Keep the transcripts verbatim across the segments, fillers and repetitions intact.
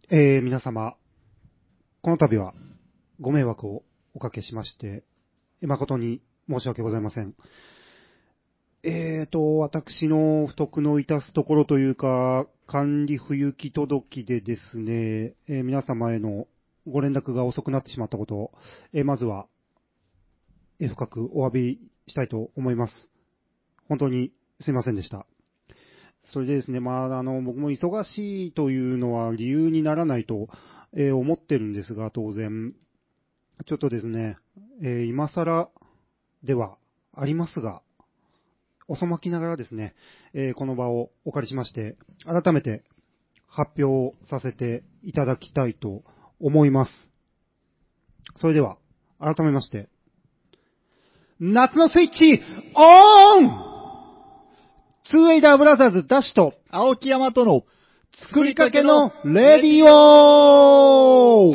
えー、皆様、この度はご迷惑をおかけしまして、誠に申し訳ございません。えーと、私の不徳の致すところというか、管理不行き届きでですね、えー、皆様へのご連絡が遅くなってしまったことを、えー、まずは、えー、深くお詫びしたいと思います。本当にすいませんでした。それでですね、まあ、あの、僕も忙しいというのは理由にならないと、えー、思ってるんですが、当然。ちょっとですね、えー、今更ではありますが、遅まきながらですね、えー、この場をお借りしまして、改めて発表させていただきたいと思います。それでは、改めまして、夏のスイッチ、オンツーエイダーブラザーズダッシュと青木山との作りかけのレディオ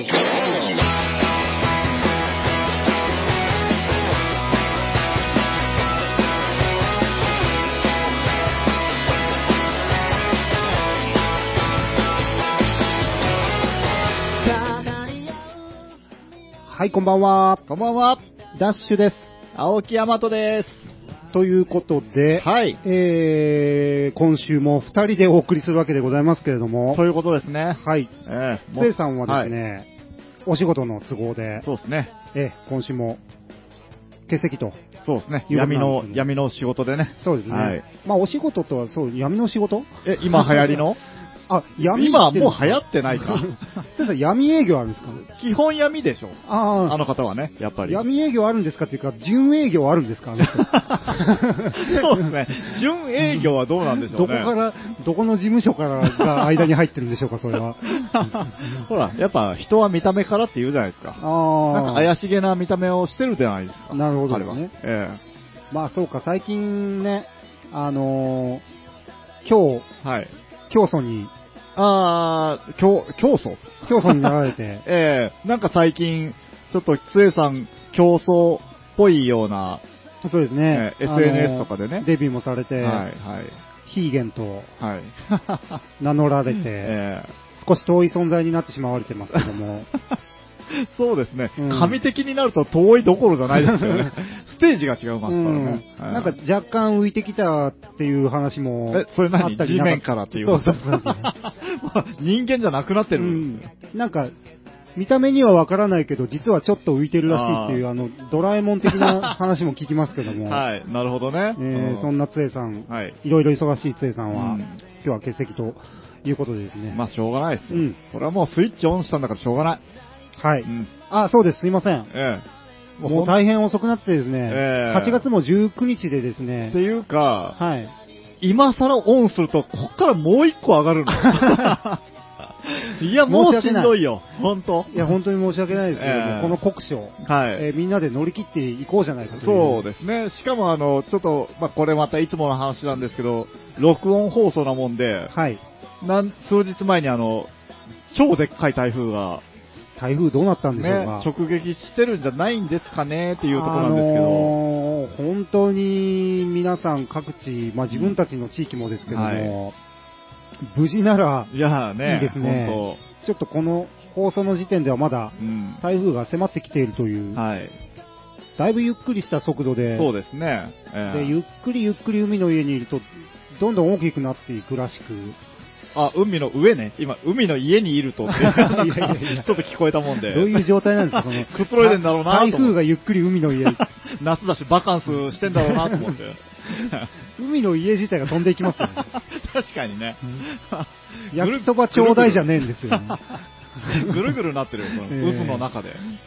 はい、こんばんは。 こんばんは。 ダッシュです。 青木山とです。 ということで、 はい。 えー、今週もふたりでお送りするわけでございますけれども。 ということですね。 はい。 えー、 つえさんはですね、はい、お仕事の都合で、 そうですね。 えー、今週も欠席と。 そうですね。闇の、闇の仕事でね。 そうですね。はい、まあ、お仕事とは、そう、闇の仕事え、今流行りのあ、闇今はもう流行ってないか。 先生、闇営業あるんですか？ 基本闇でしょ。 ああ。 あの方はね、やっぱり。 闇営業あるんですかっていうか、準営業あるんですか？ そうですね。準営業はどうなんでしょうね。 どこから、どこの事務所からが間に入ってるんでしょうか、それは。 ほら、やっぱ人は見た目からって言うじゃないですか。 ああ。 なんか怪しげな見た目をしてるじゃないですか。 なるほどですね。 ええ。まあそうか、最近ね、あのー、今日、 はい。 教祖に、 あー、教、教祖教祖になられて。 ええー、なんか最近、ちょっと、つえさん、教祖っぽいような、 そうですね。 えー、エスエヌエス とかでね。 デビューもされて、 はい、はい。 ヒーゲンと、 はい。 名乗られて、 えー、少し遠い存在になってしまわれてますけども。 そうですね、うん。神的になると遠いどころじゃないですよね。ステージが違いますからね。 うん、なんか若干浮いてきたっていう話もえ、それ何地面からっていう。 そうそうそうそう人間じゃなくなってる、うん。 なんか、見た目にはわからないけど、実はちょっと浮いてるらしいっていう、あの、ドラえもん的な話も聞きますけども。 はい、なるほどね。 えー、うん、そんなつえさん、 はい、 いろいろ忙しいつえさんは、うん、今日は欠席ということでですね。 まあ、しょうがないですよ。 うん。 これはもうスイッチオンしたんだからしょうがない。 はい。うん、あ、そうです、すいません。 ええ。 もう大変遅くなってですね、 ええ、 はちがつもじゅうくにちでですね。 っていうか、 はい。 今更オンすると、こっからもう一個上がるの。いや、もうしんどいよ。本当。 いや、本当に申し訳ないですけども、えー、この酷暑、 はい、 えー、みんなで乗り切っていこうじゃないかという。 そうですね。しかも、あの、ちょっと、まあ、これまたいつもの話なんですけど、録音放送なもんで、 はい。 なん、数日前にあの、超でっかい台風が、 台風どうなったんでしょうか、 ね、直撃してるんじゃないんですかねっていうところなんですけど、あのー、本当に皆さん各地、まあ、自分たちの地域もですけども、はい、無事ならいいですね。 本当ちょっとこの放送の時点ではまだ台風が迫ってきているという、うん、はい、だいぶゆっくりした速度で、 そうですね、 えー、でゆっくりゆっくり海の家にいるとどんどん大きくなっていくらしく。 あ、海の上ね。今、海の家にいるとって。いやいやいやちょっと聞こえたもんで。 どういう状態なんですか、その。 くつろいでんだろうなと。 台風がゆっくり海の家。 夏だし、バカンスしてんだろうなと思って。 海の家自体が飛んでいきますよね。 確かにね。 焼きそばちょうだいじゃねえんですよ、ね。 ぐるぐるなってるよ、その渦の中で。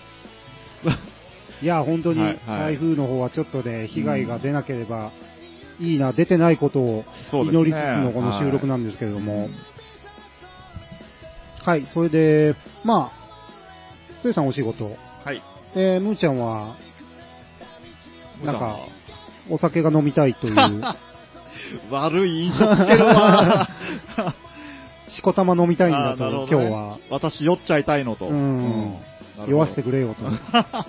いや、本当に台風の方はちょっとで被害が出なければ、いいな、出てないことを祈りつつのこの収録なんですけれども、はい、はい、それで、まあ、つえさんお仕事、 はい、 えー、むーちゃんは、なんか、お酒が飲みたいという。 悪い印象つけるわ。 しこたま飲みたいんだと、ね、今日は。 私酔っちゃいたいのと。 うん。酔わせてくれよと。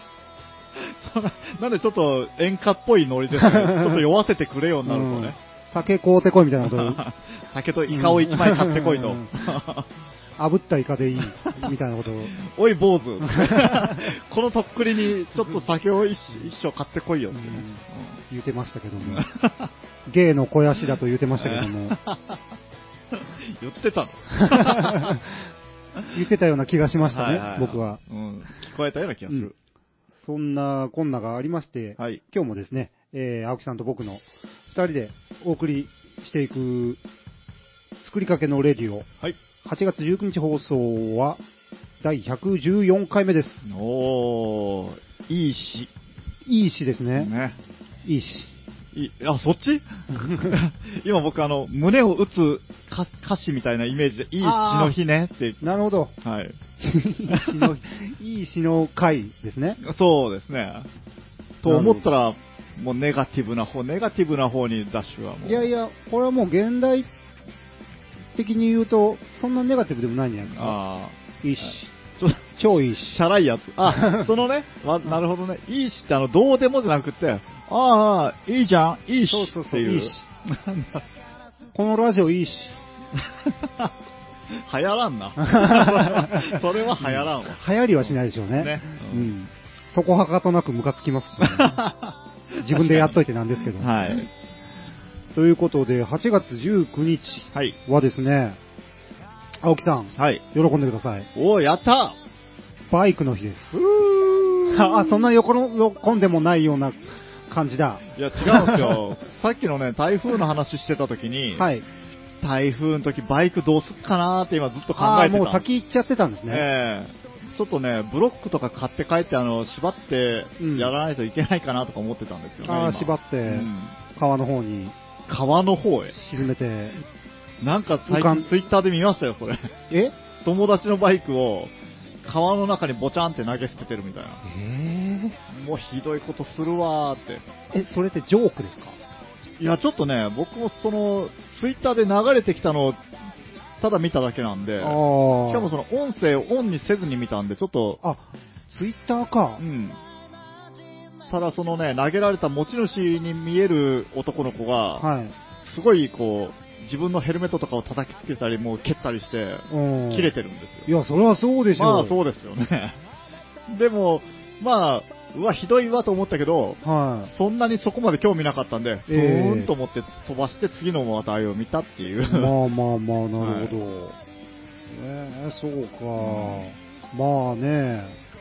なんでちょっと演歌っぽいノリですね。ちょっと酔わせてくれよになるとね。 酒買うてこいみたいなことを。 酒とイカを一枚買ってこいと。 炙ったイカでいい、みたいなことを。 おい、坊主。このとっくりにちょっと酒を一升買ってこいよって、ね、 言ってましたけども。芸の肥やしだと言ってましたけども。 言ってたの言ってたような気がしましたね、 はいはいはい、 僕は、 うん。聞こえたような気がする。うん、 そんなこんながありまして、 はい、 今日もですね、えー、青木さんと僕のふたりでお送りしていく作りかけのレディオ、 はい、 はちがつじゅうくにち放送はだいひゃくじゅうよんかいめです。 おー、いい詩。 いい詩ですね。 ね、 いい詩。 いあ、そっち今僕あの、胸を打つ歌詞みたいなイメージで、いい詩の日ねって。 なるほど。 はい。 いい詩の、いい詩の回ですね。 そうですね。と思ったら、もうネガティブな方、ネガティブな方にダッシュはもう。 いやいや、これはもう現代的に言うと、そんなネガティブでもないんじゃないですか。ああ。いい詩。超いい詩。 シャラいやつ。あ、そのね、ま、なるほどね。いい詩ってあの、どうでもじゃなくて、ああ、いいじゃん、いいし。 そうそうそう、 いいし。このラジオいいし。 流行らんな。それは流行らんわ。 流行りはしないでしょうね。ね、うん。うん。そこはかとなくムカつきますし、ね、自分でやっといてなんですけど。 はい。 ということで、はちがつじゅうくにちはですね、はい、青木さん、 はい、 喜んでください。 おー、やったバイクの日です。あ、そんな喜んでもないような感じだ。 いや、違うんですよ。さっきのね、台風の話してた時に、はい、台風の時バイクどうすっかなーって今ずっと考えてた。 あ、もう先行っちゃってたんですね。 えー、ちょっとね、ブロックとか買って帰って、あの、縛ってやらないといけないかなとか思ってたんですよね。 ああ、縛って、うん、川の方に。 川の方へ沈めて。 なんか最近ツイッターで見ましたよ、それ。 え友達のバイクを川の中にボチャンって投げ捨ててるみたいな。 えー、もうひどいことするわーって。 え、それってジョークですか？ いや、ちょっとね、僕もその、ツイッターで流れてきたのを、ただ見ただけなんで、しかもその音声をオンにせずに見たんで、ちょっと。 あ、ツイッターか。 うん。ただそのね、投げられた持ち主に見える男の子が、はい、すごいこう、自分のヘルメットとかを叩きつけたり、もう蹴ったりして、切れてるんですよ。いや、それはそうでしょう。 まあそうですよね。でも、まあ、うわ、ひどいわと思ったけど、はい、そんなにそこまで興味なかったんで、えー、うーんと思って飛ばして次の話題を見たっていう。 まあまあまあ、なるほど。はい、えー、そうか、うん。まあね、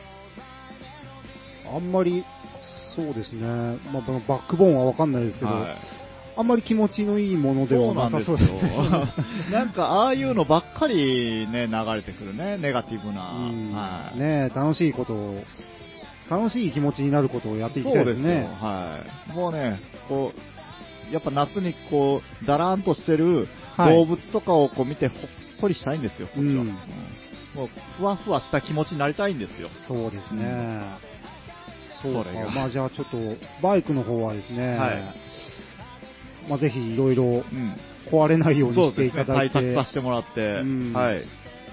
あんまり、そうですね、まあ、バックボーンはわかんないですけど、はい、あんまり気持ちのいいものではなさそうですよ。 なんか、ああいうのばっかりね、流れてくるね、ネガティブな。 はい、ね、楽しいことを、楽しい気持ちになることをやっていきたいですね。そうですよ。 はい。もうね、こう、やっぱ夏にこう、だらーんとしてる動物とかをこう見てほっそりしたいんですよ、こっちは。うん、もう、ふわふわした気持ちになりたいんですよ。 そうですね。うん、そうか。まあじゃあちょっと、バイクの方はですね、はい、まあ、ぜひいろいろ壊れないようにしていただいて、 うん、ね、対策させてもらって、うん、はい。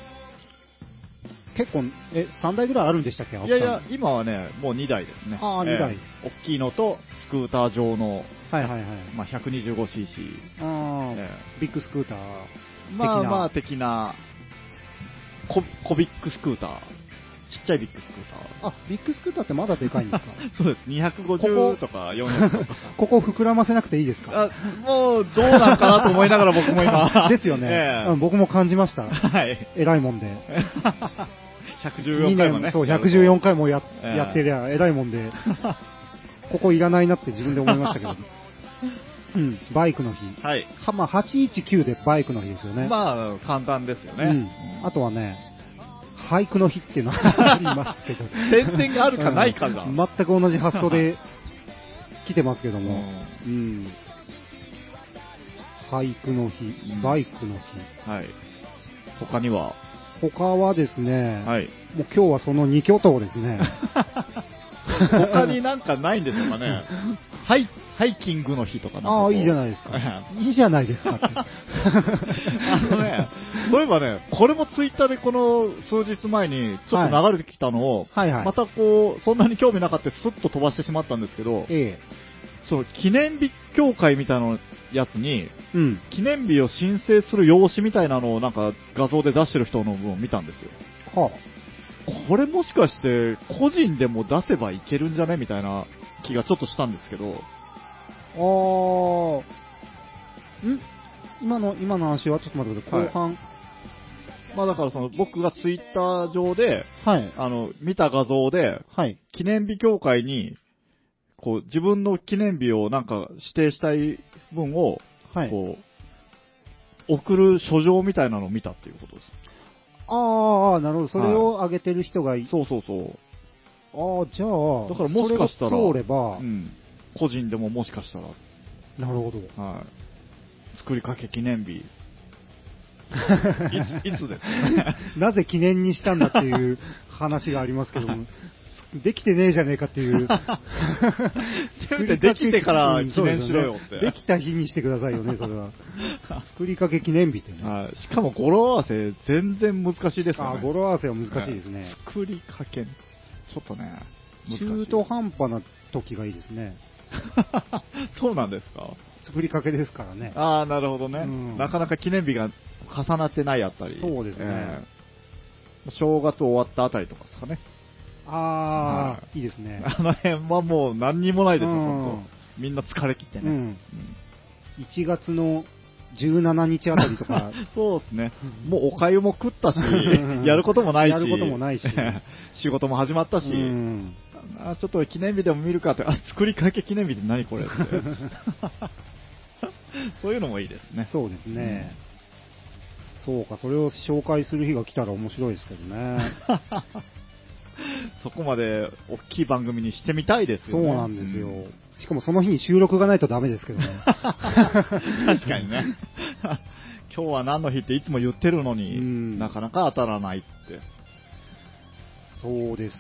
結構、え、さんだいぐらいあるんでしたっけ？ いやいや、今はね、もうにだいですね。 ああ、にだい。 えー、大きいのと、スクーター状の、 はいはいはい。 まあ、ひゃくにじゅうごシーシー。 ああ、えー、ビッグスクーター的な。 まあまあ、的な、コ、コビックスクーター。ちっちゃいビッグスクーター。 あ、ビッグスクーターってまだでかいんですか？ そうです。にひゃくごじゅうとかよんひゃくとか。 ここ膨らませなくていいですか？ あ、もう、どうなんかなと思いながら僕も今。 ですよね、えーうん。僕も感じました。 はい。 偉いもんで。 ひゃくじゅうよんかいもね。 そう、ひゃくじゅうよんかいも や,、えー、やってりゃ偉いもんで、ここいらないなって自分で思いましたけど。うん、バイクの日。 はい。 まあ、はちいちきゅうでバイクの日ですよね。 まあ、簡単ですよね。うん。 あとはね、俳句の日っていうのはありますけど。 点々があるかないかが。 うん、全く同じ発想で来てますけども。うん。うん、俳句の日、バイクの日。 はい。他には他はですね、 はい、 もう今日はそのに巨頭ですね。 他になんかないんでしょうかね。ハイ、ハイキングの日とかなんか。 ああ、いいじゃないですか。いいじゃないですかって。 あのね、そういえばね、これもツイッターでこの数日前にちょっと流れてきたのを、はいはいはい、またこう、そんなに興味なかったスッと飛ばしてしまったんですけど、ええ、 その記念日協会みたいなやつに、 うん、 記念日を申請する用紙みたいなのをなんか画像で出してる人の分を見たんですよ。はあ、これもしかして個人でも出せばいけるんじゃねみたいな気がちょっとしたんですけど。 あー、ん今の、今の話はちょっと待ってください。後半。はい、 まあだからその僕がツイッター上で、はい、あの、見た画像で、はい、記念日協会に、こう、自分の記念日をなんか指定したい分を、はい、こう、送る書状みたいなのを見たっていうことです。 ああ、なるほど。それを上げてる人がい、 はい、そうそうそう。 ああ、じゃあ、 だからもしかしたら、 通れば、 うん、個人でももしかしたら。 なるほど。 はい。作りかけ記念日。いつ、いつですかなぜ記念にしたんだっていう話がありますけども。できてねえじゃねえかっていう。 せめてできてから記念しろよって。 で, ね、できた日にしてくださいよね、それは。作りかけ記念日ってね。 はい、しかも語呂合わせ全然難しいですよね。 あ、語呂合わせは難しいですね。 作りかけ、ちょっとね、 中途半端な時がいいですね。 そうなんですか。 作りかけですからね。 ああ、なるほどね、うん。なかなか記念日が重なってないあたり。 そうですね、 えー。正月終わったあたりとかですかね。 ああ、いいですね。 あの辺はもう何にもないですよ、本当。みんな疲れ切ってね。うん、 いちがつのじゅうしちにちあたりとか。 そうですね。もうお粥も食ったし、やることもないし。 やることもないし。 仕事も始まったし、うん、あ、ちょっと記念日でも見るかって、あ、作りかけ記念日って何これって。そういうのもいいですね。 そうですね。うん、そうか、それを紹介する日が来たら面白いですけどね。 そこまで大きい番組にしてみたいですよね。 そうなんですよ。うん、しかもその日に収録がないとダメですけどね。 確かにね。今日は何の日っていつも言ってるのに、うん、なかなか当たらないって。 そうです。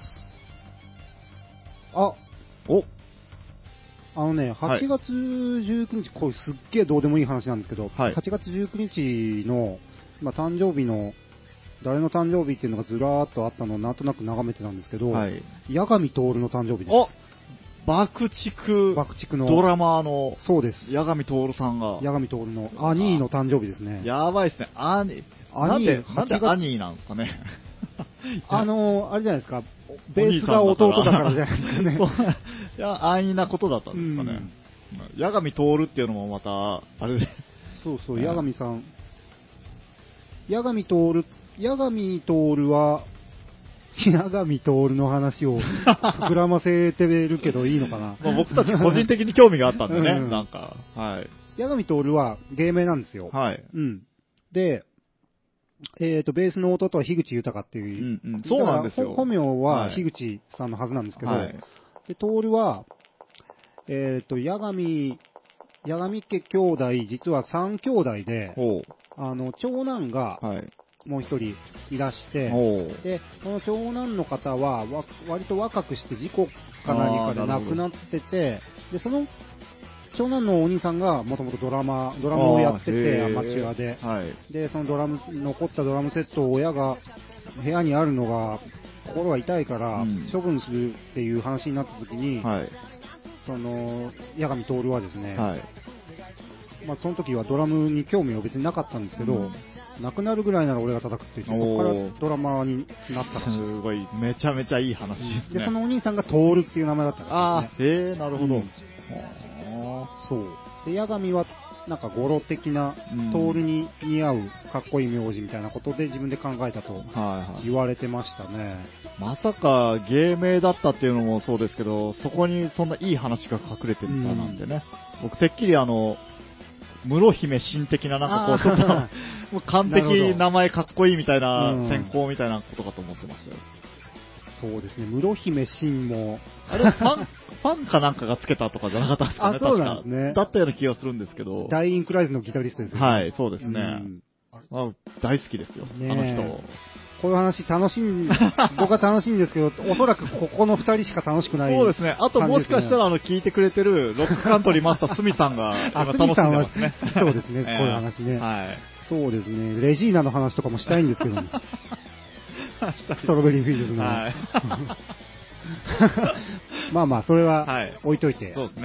あ、 おあのね、はちがつじゅうくにち、これすっげえどうでもいい話なんですけど、はい、はちがつじゅうくにちの、まあ、誕生日の、誰の誕生日っていうのがずらーっとあったのをなんとなく眺めてたんですけど、はい、八神徹の誕生日です。 お爆竹、爆竹のドラマーの、 そうです。 八神徹さんが。 八神徹の兄の誕生日ですね。 やばいですね。兄、なんで、なんで兄なんですかね。 あのー、あれじゃないですか、ベースが弟だからじゃないですかね。 いや、安易なことだったんですかね。うん、八神徹っていうのもまた、あれで。 そうそう、八神さん。八神徹、八神徹は、八神徹の話を膨らませてるけどいいのかな。 まあ僕たち個人的に興味があったんでね、うん、なんか。はい。 八神徹は芸名なんですよ。 はい。 うん。で、えっと、ベースの弟は樋口豊っていう、 うんうん、そうなんですよ。 本名は樋口さんのはずなんですけど、はい、で、徹は、えっと、八神、八神家兄弟、実は三兄弟で、あの、長男が、もう一人いらして、はい、で、この長男の方は、わ割と若くして事故か何かで亡くなってて、で、その、長男のお兄さんがもともとドラマ、ドラムをやってて、アマチュアで、はい、で、そのドラム、残ったドラムセットを親が部屋にあるのが心が痛いから処分するっていう話になった時に、はい、その、八神徹はですね、はい、まあその時はドラムに興味は別になかったんですけど、うん、亡くなるぐらいなら俺が叩くって言って、そこからドラマーになったらしい。 すごい、めちゃめちゃいい話ですね。 で、そのお兄さんが徹っていう名前だったらしいですね。 あー、へー、なるほど。うん、 そう。で、八神は、なんか語呂的な、徹に似合うかっこいい名字みたいなことで自分で考えたと言われてましたね。はいはい、 まさか芸名だったっていうのもそうですけど、そこにそんないい話が隠れてるんだなんてね。うん、僕てっきりあの、室姫神的ななんかこう、ちょっと、もう完璧名前かっこいいみたいな、先行みたいなことかと思ってましたよ。 そうですね、室姫神も。 あれ、ファン、ファンかなんかがつけたとかじゃなかったですかね、 あ、そうなんですね。 だったような気がするんですけど。 ダイインクライズのギタリストですね。 はい、そうですね。うん、まあ、大好きですよ、ね、あの人。 こういう話楽しい、僕は楽しいんですけど、おそらくここのふたりしか楽しくない、ね。 そうですね。あともしかしたらあの聞いてくれてるロックカントリーマスタースミさんが今楽しんでますね。 そうですね、こういう話ね。はい。そうですね。レジーナの話とかもしたいんですけども。ストロベリーフィールズの。はい。まあまあ、それは置いといて。 はい、そうですね。はい。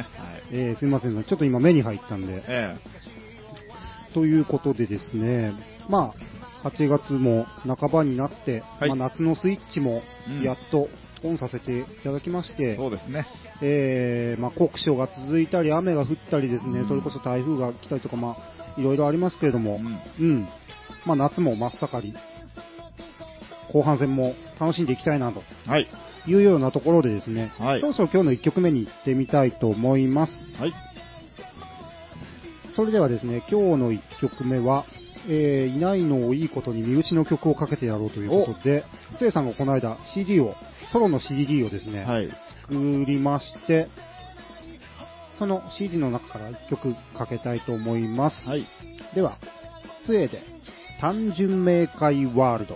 えー、すいません、ちょっと今目に入ったんで。 ええ。ということでですね、まあ、はちがつも半ばになって、はい、まあ、夏のスイッチもやっとオンさせていただきまして、 うん、そうですね。 えー、まあ、酷暑が続いたり、雨が降ったりですね、うん、それこそ台風が来たりとか、まあ、いろいろありますけれども、うん、うん、まあ、夏も真っ盛り、後半戦も楽しんでいきたいなと。 はい。 いうようなところでですね、 はい、 そろそろ今日のいっきょくめに行ってみたいと思います。 はい。 それではですね、今日のいっきょくめは、えー、いないのをいいことに身内の曲をかけてやろうということで、つえさんがこの間 シーディー を、ソロの シーディー をですね、はい、作りまして、その シーディー の中からいっきょくかけたいと思います。 はい、 では、つえで単純明快ワールド。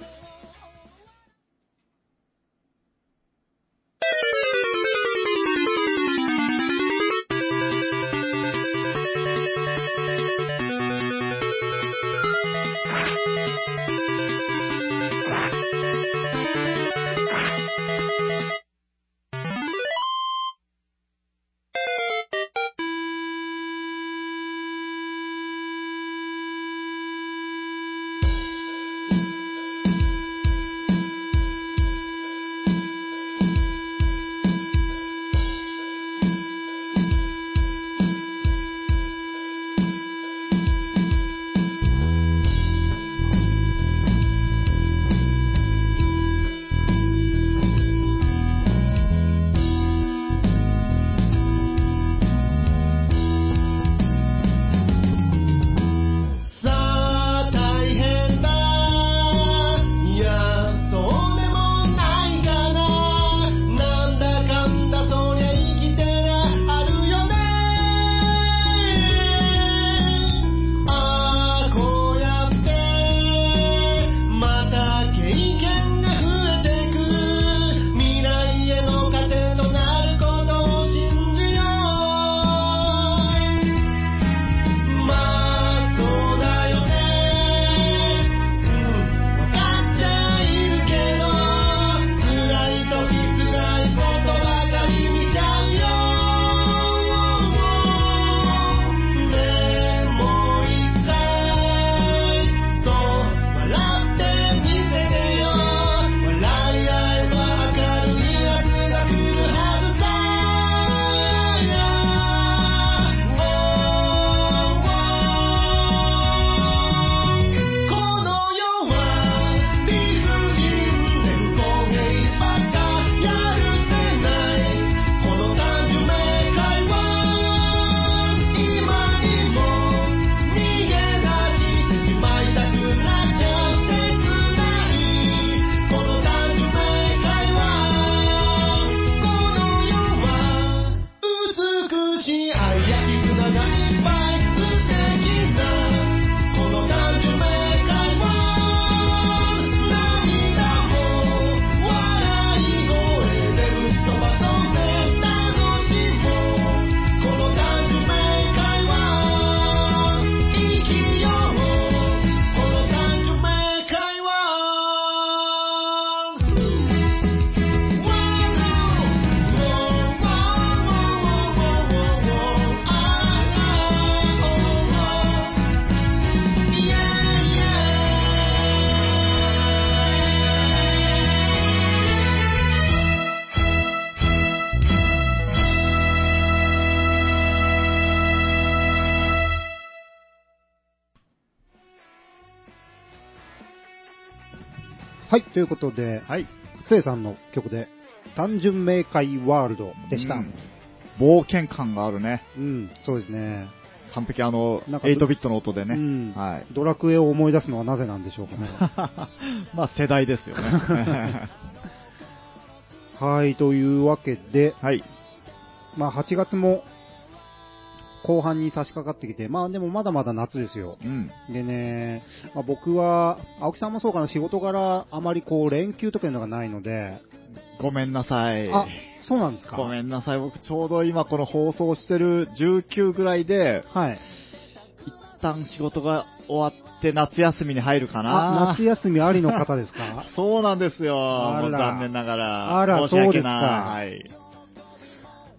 はい、ということで、 はい、 つえさんの曲で、単純明快ワールドでした。うん、 冒険感があるね。 うん、そうですね。 完璧、あの、エイトビットの音でね、うん、 はい。ドラクエを思い出すのはなぜなんでしょうかね。 まあ、世代ですよね。 はい、というわけで、 はい。 まあ、はちがつも、後半に差し掛かってきて、まあでもまだまだ夏ですよ。 うん、 でね、まあ、僕は、青木さんもそうかな、仕事柄あまりこう連休とかいうのがないので、 ごめんなさい。 あ、そうなんですか。 ごめんなさい。僕ちょうど今この放送してるじゅうくぐらいで、 はい。 一旦仕事が終わって夏休みに入るかな。 あ、夏休みありの方ですか？ そうなんですよ。もう残念ながら。 あら、 申し訳ない。 そうですか。 はい。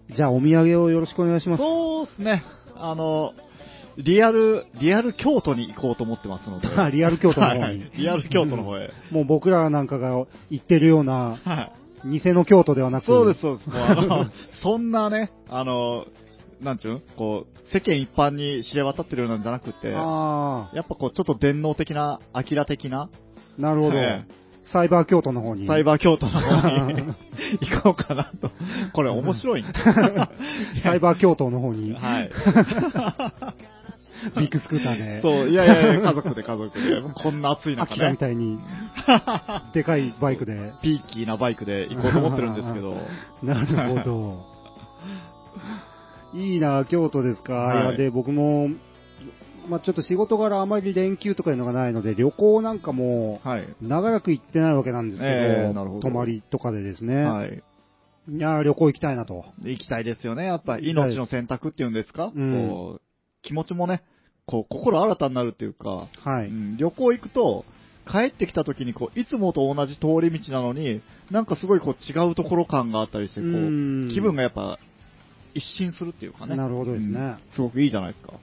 じゃあお土産をよろしくお願いします。 そうですね。あの、リアル、リアル京都に行こうと思ってますので。 リアル京都の方に。はい、 リアル京都の方へ。 もう僕らなんかが行ってるような、はい、偽の京都ではなく。 そうです、そうです。もうあのそんなね、あの、なんちゅうこう、世間一般に知れ渡ってるようなんじゃなくて、あやっぱこう、ちょっと電脳的な、アキラ的な。 なるほど。えー、サイバー京都の方に。 サイバー京都の方に行こうかなと。これ面白いね。 サイバー京都の方に。 はい。 ビッグスクーターで。 そう、いやいやいや、家族で家族で。こんな暑い中ね。 アキラみたいに、でかいバイクで。 ピーキーなバイクで行こうと思ってるんですけど。 なるほど。いいな、京都ですか。はい、いや、で、僕も、まあ、ちょっと仕事柄あまり連休とかいうのがないので、旅行なんかも、長らく行ってないわけなんですけど、えー、なるほど、泊まりとかでですね。はい。いや、旅行行きたいなと。 行きたいですよね。やっぱ命の選択っていうんですか、うん、こう気持ちもね、こう、心新たになるっていうか、はい、うん、旅行行くと、帰ってきた時にこういつもと同じ通り道なのに、なんかすごいこう違うところ感があったりして、こう、気分がやっぱ、一新するっていうかね。 なるほどですね、うん。 すごくいいじゃないですか。 うん。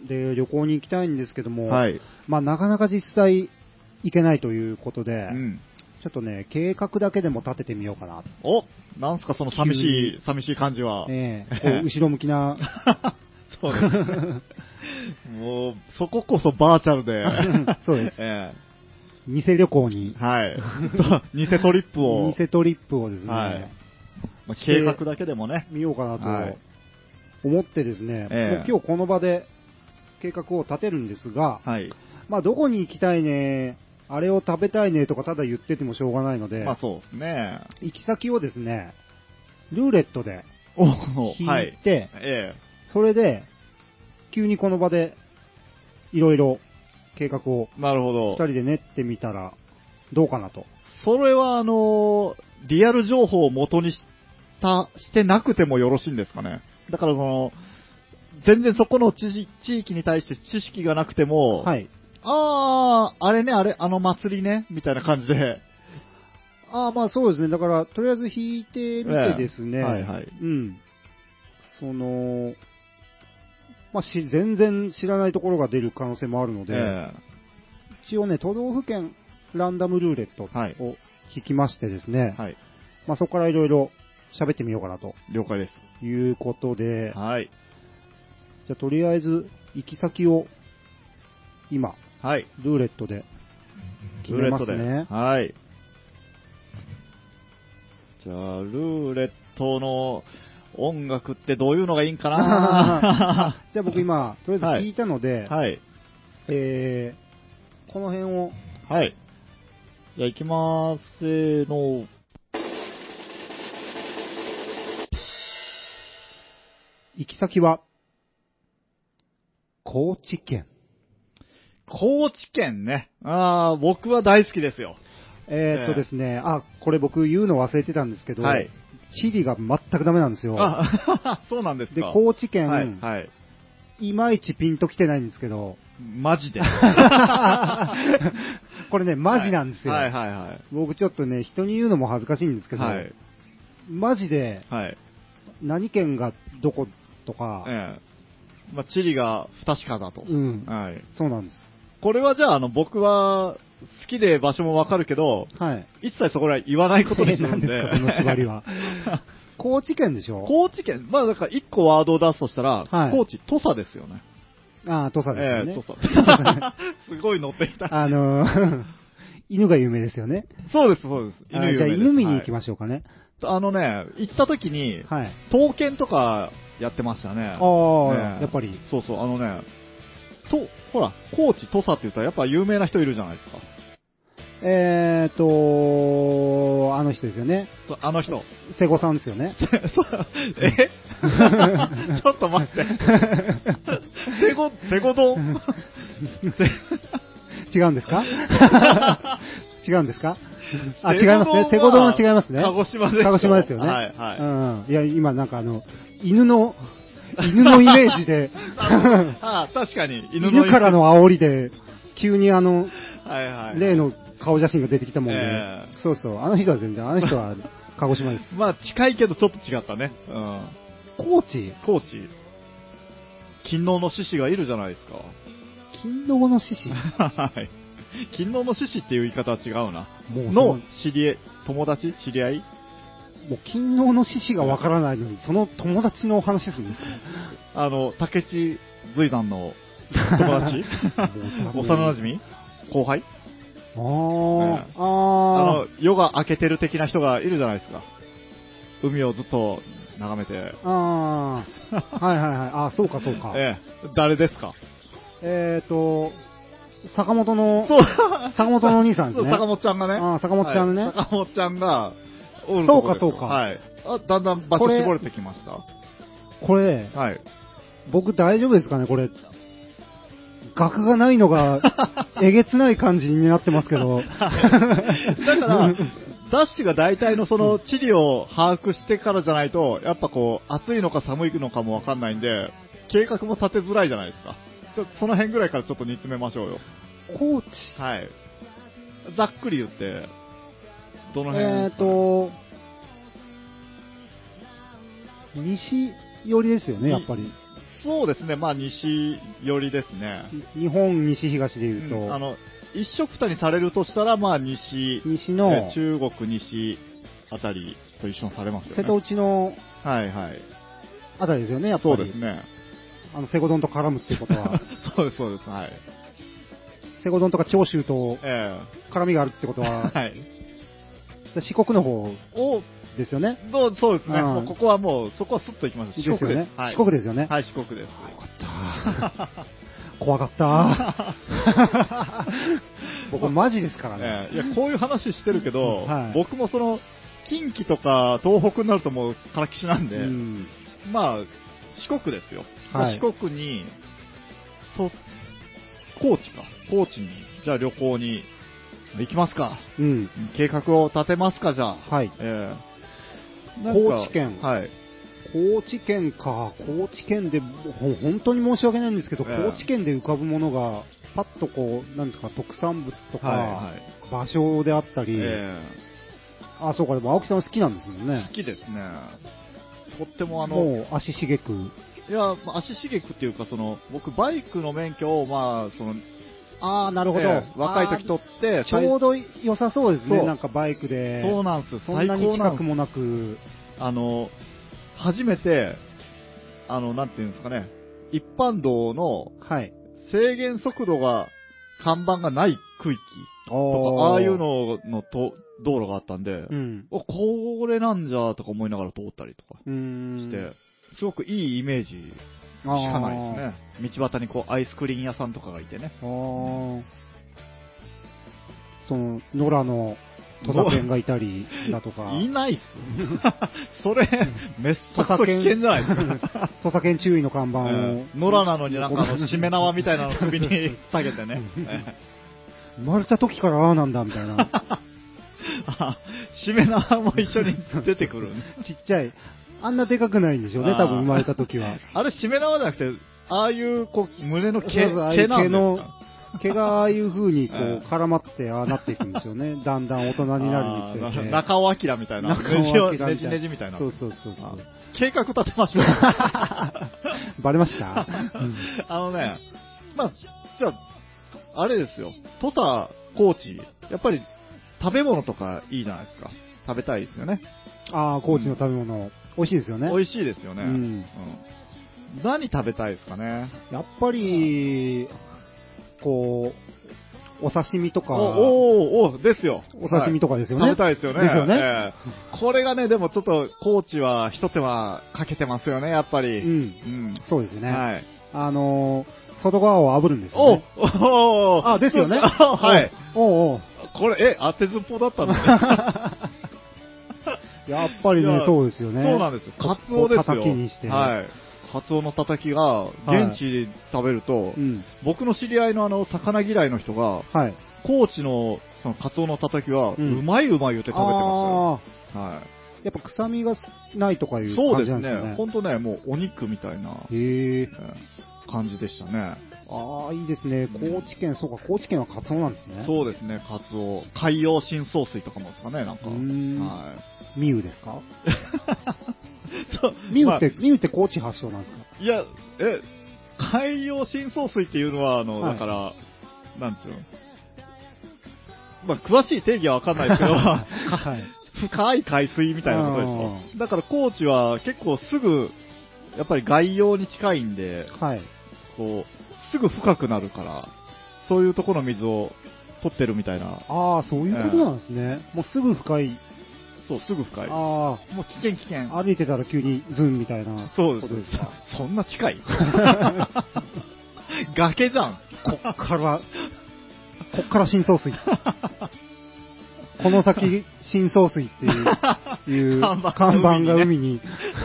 で、旅行に行きたいんですけども、はい。まあ、なかなか実際行けないということで、うん、ちょっとね、計画だけでも立ててみようかな。 お、なんすかその寂しい、寂しい感じは。 ええー、後ろ向きな。 そうですね。もう、そここそバーチャルで。 そうです。ええー。偽旅行に。 はい。偽トリップを。 偽トリップをですね。はい。 まあ、計画だけでもね。 見ようかなと思ってですね、はい、もう今日この場で計画を立てるんですが、はい、まあどこに行きたいね、あれを食べたいねとかただ言っててもしょうがないので、 まあそうですね。 行き先をですね、ルーレットで引いて、はい、ええ、それで急にこの場でいろいろ計画をふたりで練ってみたらどうかなと。 それはあのー、リアル情報を元にしたしてなくてもよろしいんですかね。だからその全然そこの地, 地域に対して知識がなくても、はい、あああれねあれあの祭りねみたいな感じで、 ああまあそうですね。だからとりあえず引いてみてですね、ええ、はいはい、うん、そのまあし全然知らないところが出る可能性もあるので、ええ、一応ね都道府県ランダムルーレットを引きましてですね、はい、まあそこからいろいろ喋ってみようかなと。 了解です。 いうことで、 はい。 じゃあとりあえず行き先を今、はい、ルーレットで決めますね。 はい。じゃあルーレットの音楽ってどういうのがいいんかな。 じゃあ僕今とりあえず聞いたので、はい、はい、えー、この辺を、 はい。じゃあ行きまーす。せーの。 行き先は、高知県。 高知県ね。ああ、僕は大好きですよ。 えーっとですね、あ、これ僕言うの忘れてたんですけど、はい、地理が全くダメなんですよ。 あ、そうなんですか。 で、高知県、はい、はい、いまいちピンときてないんですけど、 マジでこれね、マジなんですよ。 はいはいはいはい、 僕ちょっとね、人に言うのも恥ずかしいんですけど、はい、マジで、はい、何県がどことか、ええ、まあ、地理が不確かだと。 うん。はい。そうなんです。 これはじゃあ、あの、僕は、好きで場所もわかるけど、はい。一切そこら言わないことにするんで。 なんですか、この縛りは。高知県でしょ？ 高知県。まあ、だから一個ワードを出すとしたら、はい、高知、土佐ですよね。 ああ、土佐ですよね。 ええ、土佐。すごい乗ってきた。 あのー、犬が有名ですよね。 そうです、そうです。 犬有名です。じゃあ犬見に行きましょうかね。 はい、あのね、行った時に、はい、刀剣とかやってましたね。ああ、ね、やっぱり。 そうそう、あのね、と、ほら、高知、土佐って言ったらやっぱ有名な人いるじゃないですか。 えーと、あの人ですよね。 あの人。 瀬古さんですよね。 えちょっと待って。瀬古、瀬古丼違うんですか違うんですかあ、違いますね。瀬古丼は違いますね。 鹿児島です。 鹿児島ですよね。 はい、はい。 うん。いや、今なんかあの、犬の、犬のイメージでああ、確かに犬の犬からの煽りで、急にあの、はいはい、例の顔写真が出てきたもんで、えー、そうそう、あの人は全然、あの人は鹿児島です。 まあ近いけどちょっと違ったね。うん。 高知高知。勤王の獅子がいるじゃないですか。 勤王の獅子はい。勤王の獅子っていう言い方は違うな。 もうの知り合い、友達知り合いもう勤王の獅子がわからないのに、その友達のお話するんですか？ あの、竹地随山の友達幼馴染後輩あー、 ね、 あー。 あの、夜が明けてる的な人がいるじゃないですか。海をずっと眺めて。 あー。はいはいはい。あ、そうかそうか。 ええ。誰ですか？ えーと、坂本の、坂本のお兄さんですね。 坂本ちゃんがね。 あ、坂本ちゃんね、はい。 坂本ちゃんが、 そうかそうか。 はい。あ、だんだん場所絞れてきました。 これ、 はい。僕大丈夫ですかねこれ。額がないのが、えげつない感じになってますけど。だから、ダッシュが大体のその地理を把握してからじゃないと、やっぱこう、暑いのか寒いのかもわかんないんで、計画も立てづらいじゃないですか。ちょその辺ぐらいからちょっと煮詰めましょうよ。 高知はい。ざっくり言って、どの辺、 えーと、西寄りですよね、やっぱり。 そうですね、まあ西寄りですね。 日本西東でいうと、 うん、あの一緒くたにされるとしたら、まあ西、 西の中国西あたりと一緒にされますよね。 瀬戸内のはいはい。 あたりですよね、やっぱり。 そうですね。 あの、セゴドンと絡むっていうことは。 そうです、そうです、はい。 セゴドンとか長州と絡みがあるってことは、 はい。 四国の方をですよね。 そうそうですね。もうここはもう、そこはスッと行きました。 四国です。はい、四国ですよね。 はい、四国です。 よかった。怖かった。僕マジですからね。 いや、こういう話してるけど、 はい、 僕もその、近畿とか東北になるともうからきしなんで、うん、まあ、四国ですよ。はい、四国に、と、高知か。高知に、じゃあ旅行に行きますか。うん。計画を立てますか、じゃあ。 はい。 えー、高知県。 はい。 高知県か。高知県で、本当に申し訳ないんですけど、えー、高知県で浮かぶものが、パッとこう、なんですか、特産物とか、はいはい、場所であったり、えー、あ、そうか、でも青木さん好きなんですもんね。 好きですね。とってもあの、 もう足しげく。 いや、足しげくっていうか、その、僕、バイクの免許を、まあ、その、 ああ、なるほど、えー。若い時取って、 ちょうど良さそうですね、なんかバイクで。 そうなんですよ、 そんなに近くもなく。 あの、初めて、あの、なんていうんですかね、一般道の、制限速度が、看板がない区域とか、ああいうののと道路があったんで、うん、お、これなんじゃとか思いながら通ったりとかして、すごくいいイメージしかないですね。道端にこうアイスクリーン屋さんとかがいてね。あ、 うん、その野良の土佐犬がいたりだとか。 いないっす。それ、めっさと危険じゃないですか。 土佐犬注意の看板を。 えー、野良なのになんかあの、しめ縄みたいなの首に下げてね。 生まれた時からああなんだみたいな。 あ、しめ縄も一緒に出てくる、ね。 ちっちゃい。あんなでかくないんでしょうね、多分生まれた時は。 あれ、しめ縄じゃなくて、ああいうこう胸の毛、毛なんですか？ 毛がああいう風にこう絡まってああなっていくんですよね。だんだん大人になるにつれて。 中尾明みたいな。 中尾明みたいな。 ねじねじみたいな。 そうそうそうそう。 計画立てましょう。 バレました、 うん、あのね、まあ、じゃあ、あれですよ。土佐、高知、やっぱり食べ物とかいいじゃないですか。食べたいですよね。 ああ、高知の食べ物、うん、美味しいですよね。 美味しいですよね。うん。うん、何食べたいですかね。 やっぱり、こう、お刺身とか。 おおおですよ。 お刺身とかですよね。 はい、食べたいですよね。 ですよね、 えー。これがね、でもちょっと、高知は一手間かけてますよね、やっぱり。うん。うん、 そうですね。 はい。 あのー、外側を炙るんですよね。 おおあ、ですよね。 はい。 おおこれ、え、当てずっぽだったんですね。 やっぱりね、そうですよね。 そうなんですよ。カツオですよ。 叩きにして。 はい。カツオのたたきが、現地で食べると、はい、うん、僕の知り合いのあの、魚嫌いの人が、はい、高知のそのカツオのたたきは、うん、うまいうまい言って食べてますよ。はい。 やっぱ臭みがないとかいう感じなんですね。 そうですね。ほんとね、もうお肉みたいな、へ感じでしたね。 ああ、いいですね。高知県、そうか、高知県はカツオなんですね。 そうですね、カツオ。海洋深層水とかもですかね、なんか。 うん、はい。ミウですかミウって、まあ、ミウって高知発祥なんですか？ いや、え、海洋深層水っていうのは、あの、はい、だから、なんていうの、まあ、詳しい定義はわかんないですけど、はい、深い海水みたいなことでしょ。だから高知は結構すぐ、やっぱり外洋に近いんで、はい、こう、すぐ深くなるから、そういうところの水を取ってるみたいな。 ああ、そういうことなんですね。えー、もうすぐ深い。 そう、すぐ深い。ああ、もう危険危険。 歩いてたら急にズンみたいな。 そうです。ですか。そんな近い崖じゃん。 こっから、こっから深層水。この先、深層水っていう、いう看板が海に。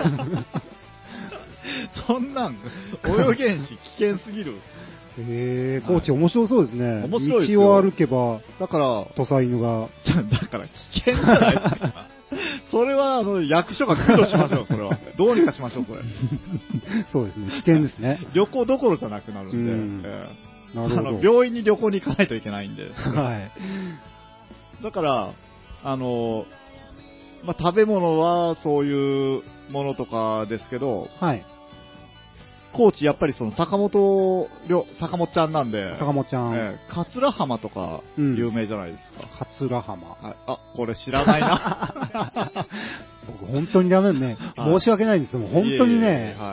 そんなん、泳げんし、危険すぎる。 へえ、高知面白そうですね。 面白いですよ。道を歩けば、 だから、 土佐犬が。 だから危険じゃないですか。それは、あの、役所が駆除しましょう、それは。どうにかしましょう、これ。 そうですね、危険ですね。 旅行どころじゃなくなるんで、うんえー、なるほど。あの、病院に旅行に行かないといけないんで。はい。だから、あの、まあ、食べ物はそういうものとかですけど、はい。高知やっぱりその坂本り坂本ちゃんなんで、 坂本ちゃん、 えー、桂浜とか有名じゃないですか。 うん、桂浜。 あ、あこれ知らないな。 僕本当にダメね。申し訳ないんですけど、本当にね、はい、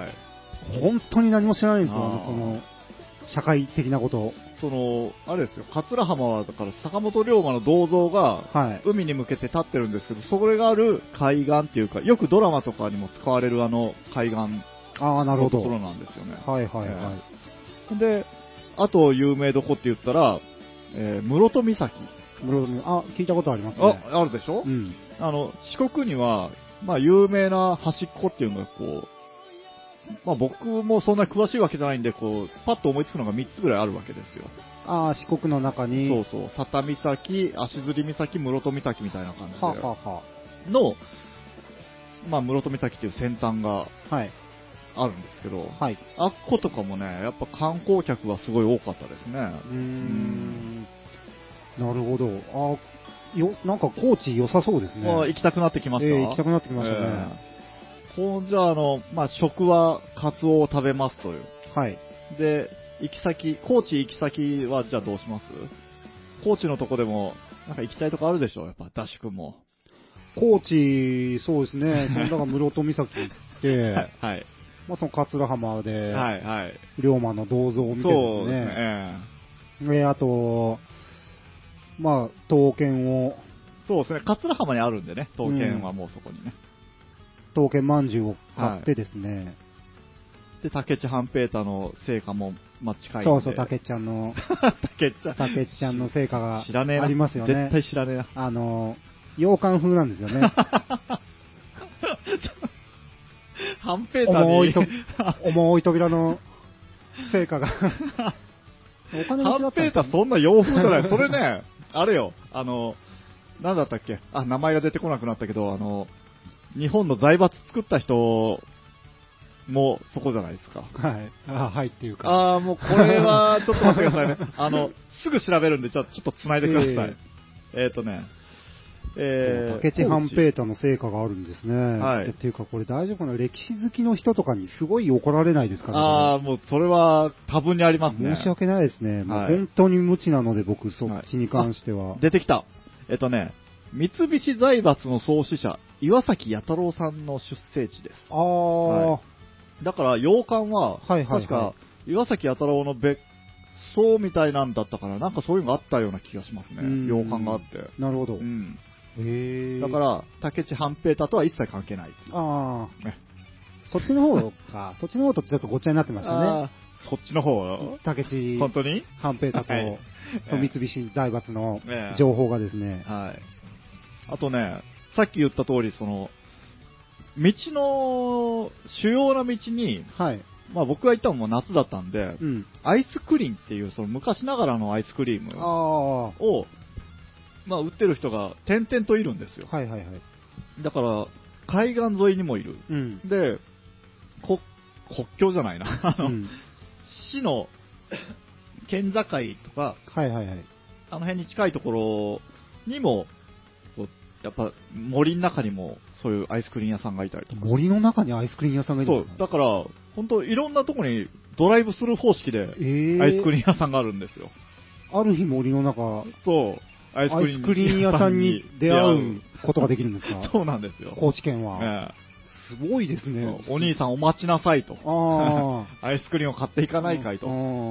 本当に何も知らないんですよ、その社会的なこと。 そのあれですよ、桂浜はだから坂本龍馬の銅像が海に向けて立ってるんですけど、それがある海岸っていうか、よくドラマとかにも使われるあの海岸。 ああ、なるほど。 ところなんですよね。 はいはいはい。 えー、で、あと有名どこって言ったら、えー、室戸岬。 室戸岬。あ、聞いたことありますね。 あ、あるでしょ？うん。あの、四国には、まあ有名な端っこっていうのがこう、まあ僕もそんなに詳しいわけじゃないんで、こう、パッと思いつくのがみっつぐらいあるわけですよ。 ああ、四国の中に。 そうそう。佐多岬、足摺岬、室戸岬みたいな感じで。 はははの、まあ室戸岬っていう先端が、はい。あるんですけど、はい、あっことかもね、やっぱ観光客はすごい多かったですね。うーん、 なるほど。あ、よ、なんか高知良さそうですね。 あ、行きたくなってきました。 えー、行きたくなってきましたね。 えー、こうじゃあ、あの、まあ、食はカツオを食べますという。はい。で、行き先、高知行き先はじゃあどうします？高知のとこでも、なんか行きたいとこあるでしょ、やっぱ、ダッシュ君も。 高知、そうですね、そのだから室戸岬行って、はい。まあ、その桂浜で、はいはい、龍馬の銅像を見てですね、そうですね、えー、あと、まあ、刀剣を、 そうですね、桂浜にあるんでね、刀剣はもうそこにね。 うん、刀剣まんじゅうを買ってですね、はい、 で、竹内半平太の成果も、まあ、近いんで。 そうそう、竹ちゃんの、竹ちゃん。竹ちゃんの成果がありますよね。 絶対知らねえな。 あの、洋館風なんですよね。 半平太に重いと重い扉の成果がお金持ちだったんですかね。 半平太そんな洋風じゃない。それね、あれよ、あの、なんだったっけ、あ、名前が出てこなくなったけど、あの、日本の財閥作った人もそこじゃないですか。 はい。あ、はいっていうか。 ああ、もうこれは、ちょっと待ってくださいね。あの、すぐ調べるんで、ちょっと繋いでください。えー、えーとね、 えー、竹手半平太の成果があるんですね。はい。っていうか、これ大丈夫かな、歴史好きの人とかにすごい怒られないですかね。 ああ、もうそれは多分にありますね。 申し訳ないですね。はい、もう本当に無知なので、僕、そっちに関しては。 はい、出てきた。えっとね、三菱財閥の創始者、岩崎弥太郎さんの出生地です。 ああ、はい。 だから、洋館は、はいはいはい、確か、岩崎弥太郎の別荘みたいなんだったから、なんかそういうのがあったような気がしますね。洋館があって。 なるほど。うん。へだから、竹内半平太とは一切関係ない。 ああ。そっちの方か。そっちの方とちょっとごっちゃになってましたね。 そっちの方竹内本当に半平太と、はい、その三菱財閥の情報がですね、 えー。はい。あとね、さっき言った通り、その、道の、主要な道に、はい。まあ僕が行ったのも夏だったんで、うん、アイスクリーンっていう、その昔ながらのアイスクリームを、まあ、売ってる人が点々といるんですよ。 はいはいはい。 だから、海岸沿いにもいる。うん、で、こ、国境じゃないな。あの、うん、市の県境とか、はいはいはい。あの辺に近いところにも、こうやっぱ森の中にもそういうアイスクリーン屋さんがいたりとか。 森の中にアイスクリーン屋さんがいるんですか？ そう、だから、本当いろんなとこにドライブスルー方式でアイスクリーン屋さんがあるんですよ。 えー、ある日森の中、 そう、 アイスクリーン屋さんに出会うことができるんですか？ そうなんですよ。 高知県は。 ええ、すごいですね。 お兄さんお待ちなさいと。 あアイスクリーンを買っていかないかいと。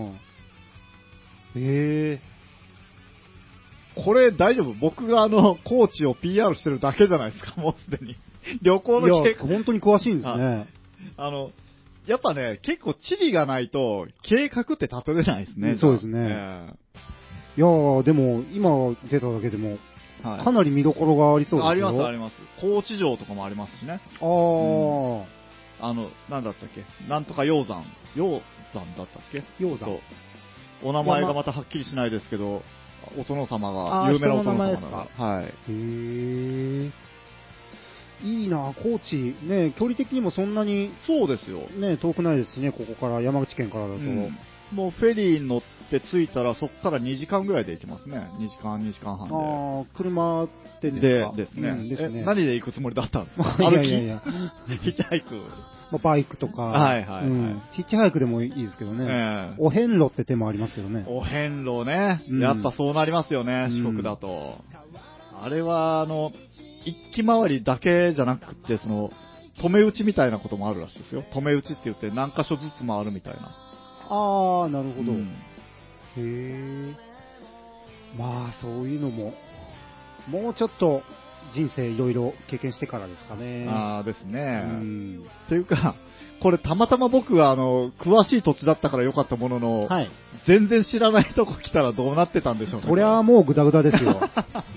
えー、これ大丈夫？僕があの、高知を ピーアール してるだけじゃないですか、もうすでに。旅行の計画。いや、本当に詳しいんですね。 あの、やっぱね、結構地理がないと計画って立てれないですね。 うん、そうですね。えー、いやー、でも、今出ただけでも、はい、かなり見どころがありそうですよ。 あります、あります。高知城とかもありますしね。 あー。うん、 あの、なんだったっけ？なんとか鷹山。鷹山だったっけ？ 鷹山。 お名前がまたはっきりしないですけど、お殿様が、有名なお殿様ですか。はい。へー。いいな、高知。ね、距離的にもそんなに。 そうですよ。 ね、遠くないですしね、ここから、山口県からだと。うん、 もうフェリーに乗って着いたら、そこからにじかんぐらいで行けますね。にじかん、にじかんはんで。 ああ、車でですか？で、ですね。うん、ですね。何で行くつもりだったんですか？歩き？いやいやいや。ヒッチハイク。 まあ、バイクとか、 はいはい、はい、うん。 ヒッチハイクでもいいですけどね。えー、お遍路って手もありますけどね。 お遍路ね。うん、やっぱそうなりますよね、四国だと。うん、あれは、あの、一気回りだけじゃなくて、その、止め打ちみたいなこともあるらしいですよ。止め打ちって言って何箇所ずつ回るみたいな。 あー、なるほど。うん、へー。まあ、そういうのも、もうちょっと、人生いろいろ経験してからですかね。 ああですね。うん。っていうか、これたまたま僕はあの、詳しい土地だったから良かったものの、はい、全然知らないとこ来たらどうなってたんでしょうね。 そりゃもうグダグダですよ。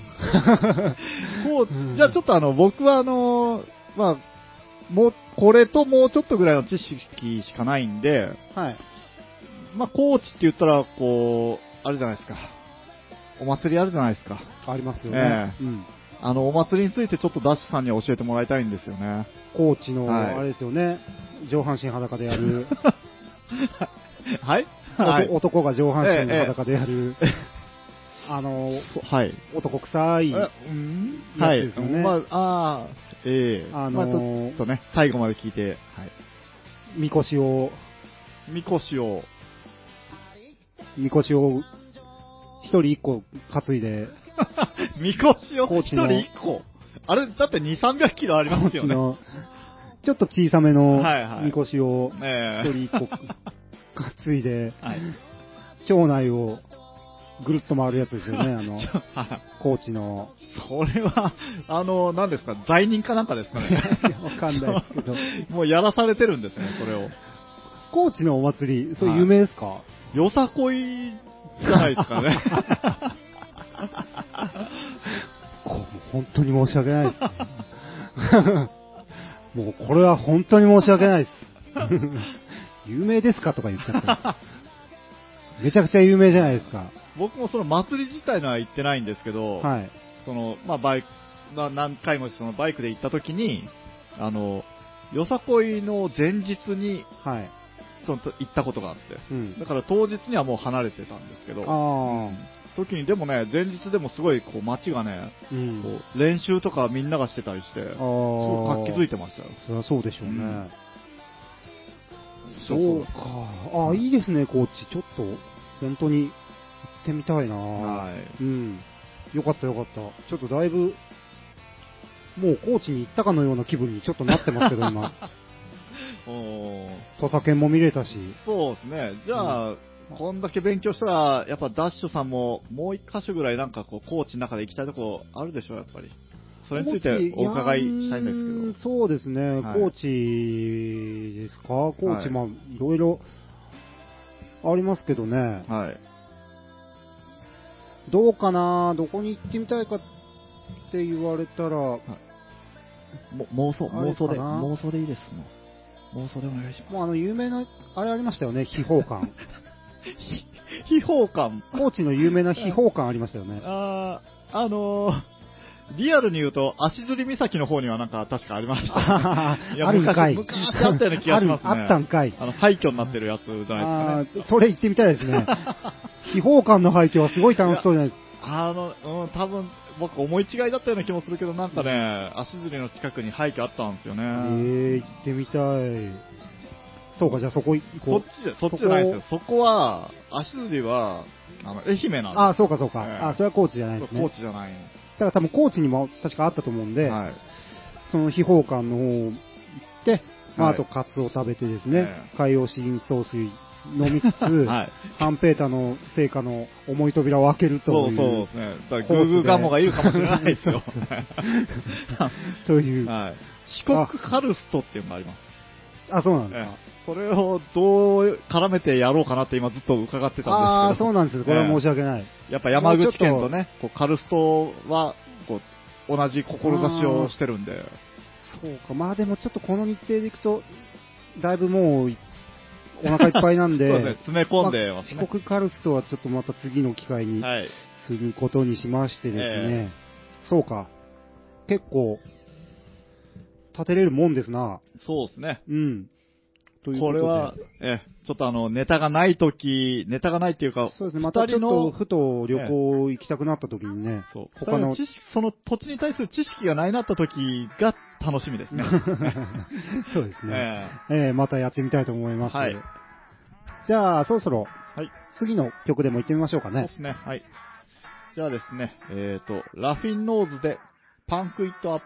こう、じゃあちょっとあの、僕はあの、まあ、もう、これともうちょっとぐらいの知識しかないんで、はい。まあ、高知って言ったら、こう、あれじゃないですか。お祭りあるじゃないですか。 ありますよね。えー、うん。 あの、お祭りについてちょっとダッシュさんには教えてもらいたいんですよね。 高知の、はい、あれですよね、上半身裸でやる。 はい、 はい、男が上半身裸でやる。ええ、あの、 はい。 男臭いやつですよね。 はい。まあ、あええー。あのー、まあ、ちょっとね、最後まで聞いて、はい。 みこしを、 みこしを、 みこしを、一人一個担いで、 みこしを一人一個。あれ、だってに、さんびゃくキロありますよね。 ちょっと小さめのみこしを一人一個担いで、はい、町内をぐるっと回るやつですよね、あの、高知の。 それは、あの、何ですか、罪人かなんかですかね。 わかんないですけど。 もうやらされてるんですね、それを。 高知のお祭り、それ有名ですか？はい、 よさこいじゃないですかね。 本当に申し訳ないです、ね。もうこれは本当に申し訳ないです。有名ですかとか言っちゃった。めちゃくちゃ有名じゃないですか。 僕もその祭り自体のは行ってないんですけど、はい、その、まあ、バイク、まあ、何回もそのバイクで行った時に、あの、よさこいの前日に、はい、その行ったことがあって、うん、だから当日にはもう離れてたんですけど、あ時にでもね、前日でもすごいこう街がね、うん、こう練習とかみんながしてたりして、すごく活気づいてましたよ。 そりゃそうでしょうね。うん、そうか。あ、いいですね、高知。ちょっと、本当に行ってみたいな。はい。うん。よかったよかった。ちょっとだいぶ、もう高知に行ったかのような気分にちょっとなってますけど、今。土佐犬も見れたし。 そうですね。じゃあ、うん、こんだけ勉強したら、やっぱダッシュさんももう一箇所ぐらいなんかこう、高知の中で行きたいとこあるでしょ、やっぱり。それについてお伺いしたいんですけど。そうですね、はい、高知ですか、高知、はい、まあ、いろいろありますけどね。はい。どうかな、どこに行ってみたいかって言われたら、はい、 も妄想、妄想で、妄想でいいですもん。妄想でお願いします。 もうあの、有名な、あれありましたよね、秘宝館。 秘宝館高知の有名な秘宝館ありましたよね。 ああ、あのー、リアルに言うと、足摺岬の方にはなんか確かありました。 いやあるんかい。 昔あったような気がしますね。 あ, あったんかい。 あの、廃墟になってるやつじゃないですかね。 あそれ行ってみたいですね。秘宝館の廃墟はすごい楽しそうじゃないですか。 あの、うん、多分僕思い違いだったような気もするけど、なんかね、足摺の近くに廃墟あったんですよね。 えー、行ってみたい。そうか、じゃあそこ行こう。 そっちじゃ、そっちじゃないですよ。そこは、足摺は、あの、愛媛なんです。 あ、そうかそうか。 えー、 あ、それは高知じゃないですね。 高知じゃない。 だから多分高知にも確かあったと思うんで、はい、その秘宝館の方行って、まあ、あとカツを食べてですね、はい、海洋深層水飲みつつ、はい、ハンペータの聖火の重い扉を開けるという。 そうそうですね。だからグーグーガモがいるかもしれないですよ。 という、 はい。四国カルストっていうのがあります。 あ、そうなんですか。 それをどう絡めてやろうかなって今ずっと伺ってたんですけど。 ああ、そうなんです。これは申し訳ない。 やっぱ山口県とね、こうカルストはこう同じ志をしてるんで。 そうか。まあでもちょっとこの日程でいくと、だいぶもう、お腹いっぱいなんで、 そうですね、詰め込んでますね。 まあ、四国カルストはちょっとまた次の機会にすることにしましてですね、えー、そうか。結構、立てれるもんですな。 そうですね。 うん。というこれは、え、ちょっとあの、ネタがないとき、ネタがないっていうか、 そうですね、またちょっとふと旅行行きたくなったときにね、 そう他の知識、その土地に対する知識がないなったときが楽しみですね。 そうですね、えーえー。またやってみたいと思います。 はい、 じゃあ、そろそろ、 はい、 次の曲でも行ってみましょうかね。 そうですね。はい。じゃあですね、えっと、ラフィンノーズで、パンクイットアップ。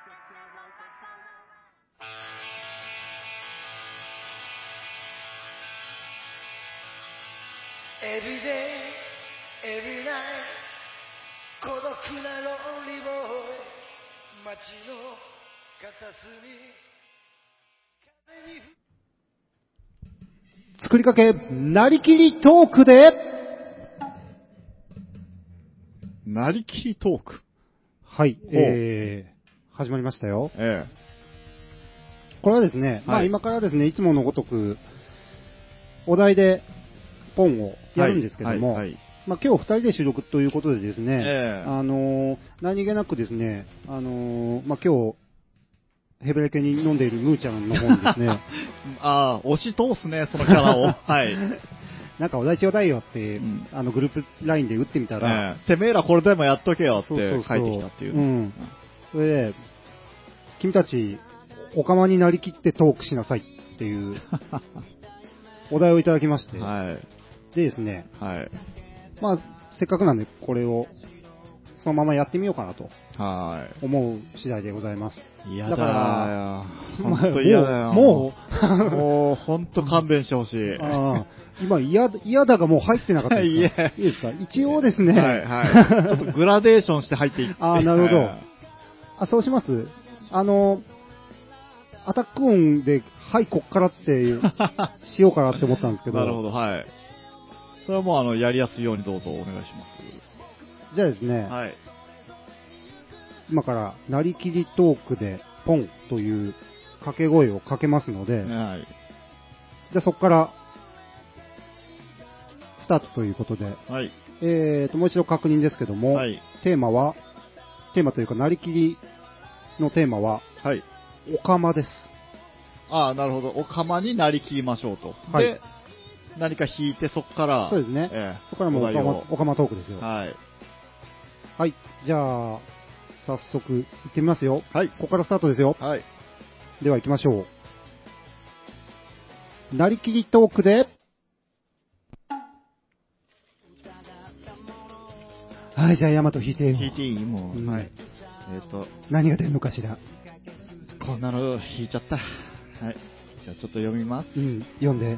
エブリデイ、エブリナイト、孤独なロンリーボーイ、街の片隅、風に作りかけ、なりきりトークで、 なりきりトーク。 はい、えー、始まりましたよ。 ええ。 これはですね、はい、まあ今からですね、いつものごとく、お題で、ポンをやるんですけども、はいはいはい、まあ、今日ふたりで収録ということでですね、えー、あのー、何気なくですね、あのー、まあ、今日、ヘベレケに飲んでいるムーちゃんの方にですね、 ああ、押し通すね、そのキャラを。はい。 なんかお題ちょうだいよって、うん、あのグループラインで打ってみたら、 えー、てめえらこれでもやっとけよって書いてきたっていう。 うん。それで、君たち、オカマになりきってトークしなさいっていう、お題をいただきまして、 はい。 でですね、 はい。 まあ、せっかくなんでこれをそのままやってみようかなと思う次第でございます。 嫌だー。本当嫌だよ。 もう、 もう本当勘弁してほしい。 あ今嫌だ、嫌だがもう入ってなかったですか？いいですか？一応ですね。 はいはい。ちょっとグラデーションして入っていって。 ああ、なるほど。あ、そうします。あの、アタック音で、はい、こっからってしようかなって思ったんですけど。 なるほど、はい。それはもうあの、やりやすいようにどうぞお願いします。 じゃあですね。 はい。 今から、なりきりトークで、ポンという掛け声をかけますので、 はい。 じゃあそこから、スタートということで、 はい。 えーと、もう一度確認ですけども、はい、テーマは、テーマというか、なりきりのテーマは、 はい。 おかまです。 ああ、なるほど。おかまになりきりましょうと。はい。で、何か弾いて、そこから、 そうですね。えー、そこからもうおかま、おかまトークですよ。 はい。 はい。じゃあ、早速、行ってみますよ。 はい。 ここからスタートですよ。 はい。 では行きましょう。なりきりトークで、はい、じゃあ、ヤマト弾いてよ。 弾いていいもう、うん、はい。えっ、ー、と、 何が出るのかしら。 こんなの弾いちゃった。はい。じゃあ、ちょっと読みます。 うん、読んで。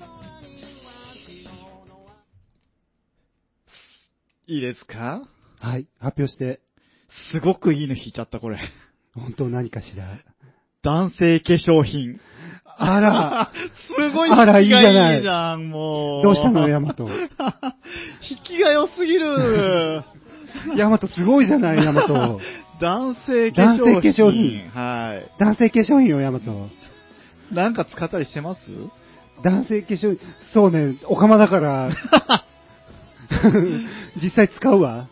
いいですか？ はい、発表して。 すごくいいの弾いちゃった、これ。 本当何かしら。 男性化粧品。 あらすごい弾きがいいじゃん、あらいいじゃんもう。 どうしたの、ヤマト。 弾きが良すぎる。 ヤマトすごいじゃない、ヤマト。 男性化粧品。 男性化粧品。 はい。 男性化粧品よ、ヤマト。 なんか使ったりしてます？ 男性化粧品、そうね、おかまだから、実際使うわ。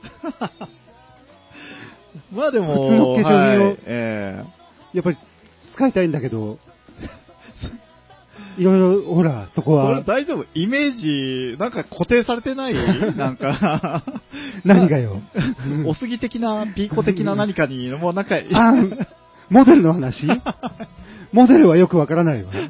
まあでも、 普通の化粧品を、 はい、えー、 やっぱり使いたいんだけど、 いろいろ、ほら、そここれは。 大丈夫イメージ、なんか固定されてないなんか。 何がよ。 おすぎ的な、ピーコ的な何かに、もうなんか。 あ、モデルの話モデルはよくわからないわ。 い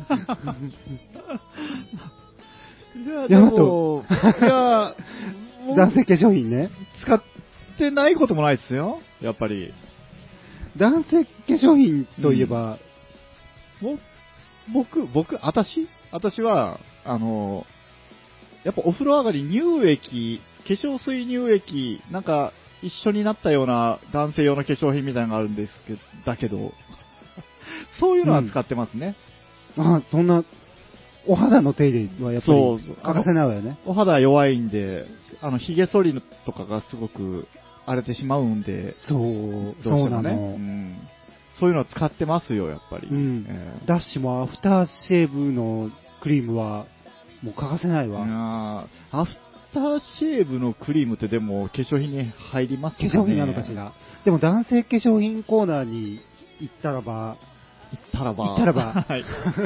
や、でも、いや、 男性化粧品ね。 使ってないこともないですよ、やっぱり。 男性化粧品といえば、 うん、僕、僕、私私は、あの、やっぱお風呂上がり乳液、化粧水乳液、なんか一緒になったような男性用の化粧品みたいなのがあるんですけど、だけど、そういうのは使ってますね。 うん、あ、そんな、お肌の手入れはやっぱり欠かせないわよね。 お肌弱いんで、あの、髭剃りとかがすごく荒れてしまうんで、 そう、 どうしてそうなもね、 の、 うん。そういうのは使ってますよ、やっぱり。 うんえー、 ダッシュもアフターシェーブのクリームはもう欠かせないわ。 あアフターシェーブのクリームってでも化粧品に入りますかね。 化粧品なのかしら。でも男性化粧品コーナーに行ったらば、 行ったらば、 行ったらば、 はい。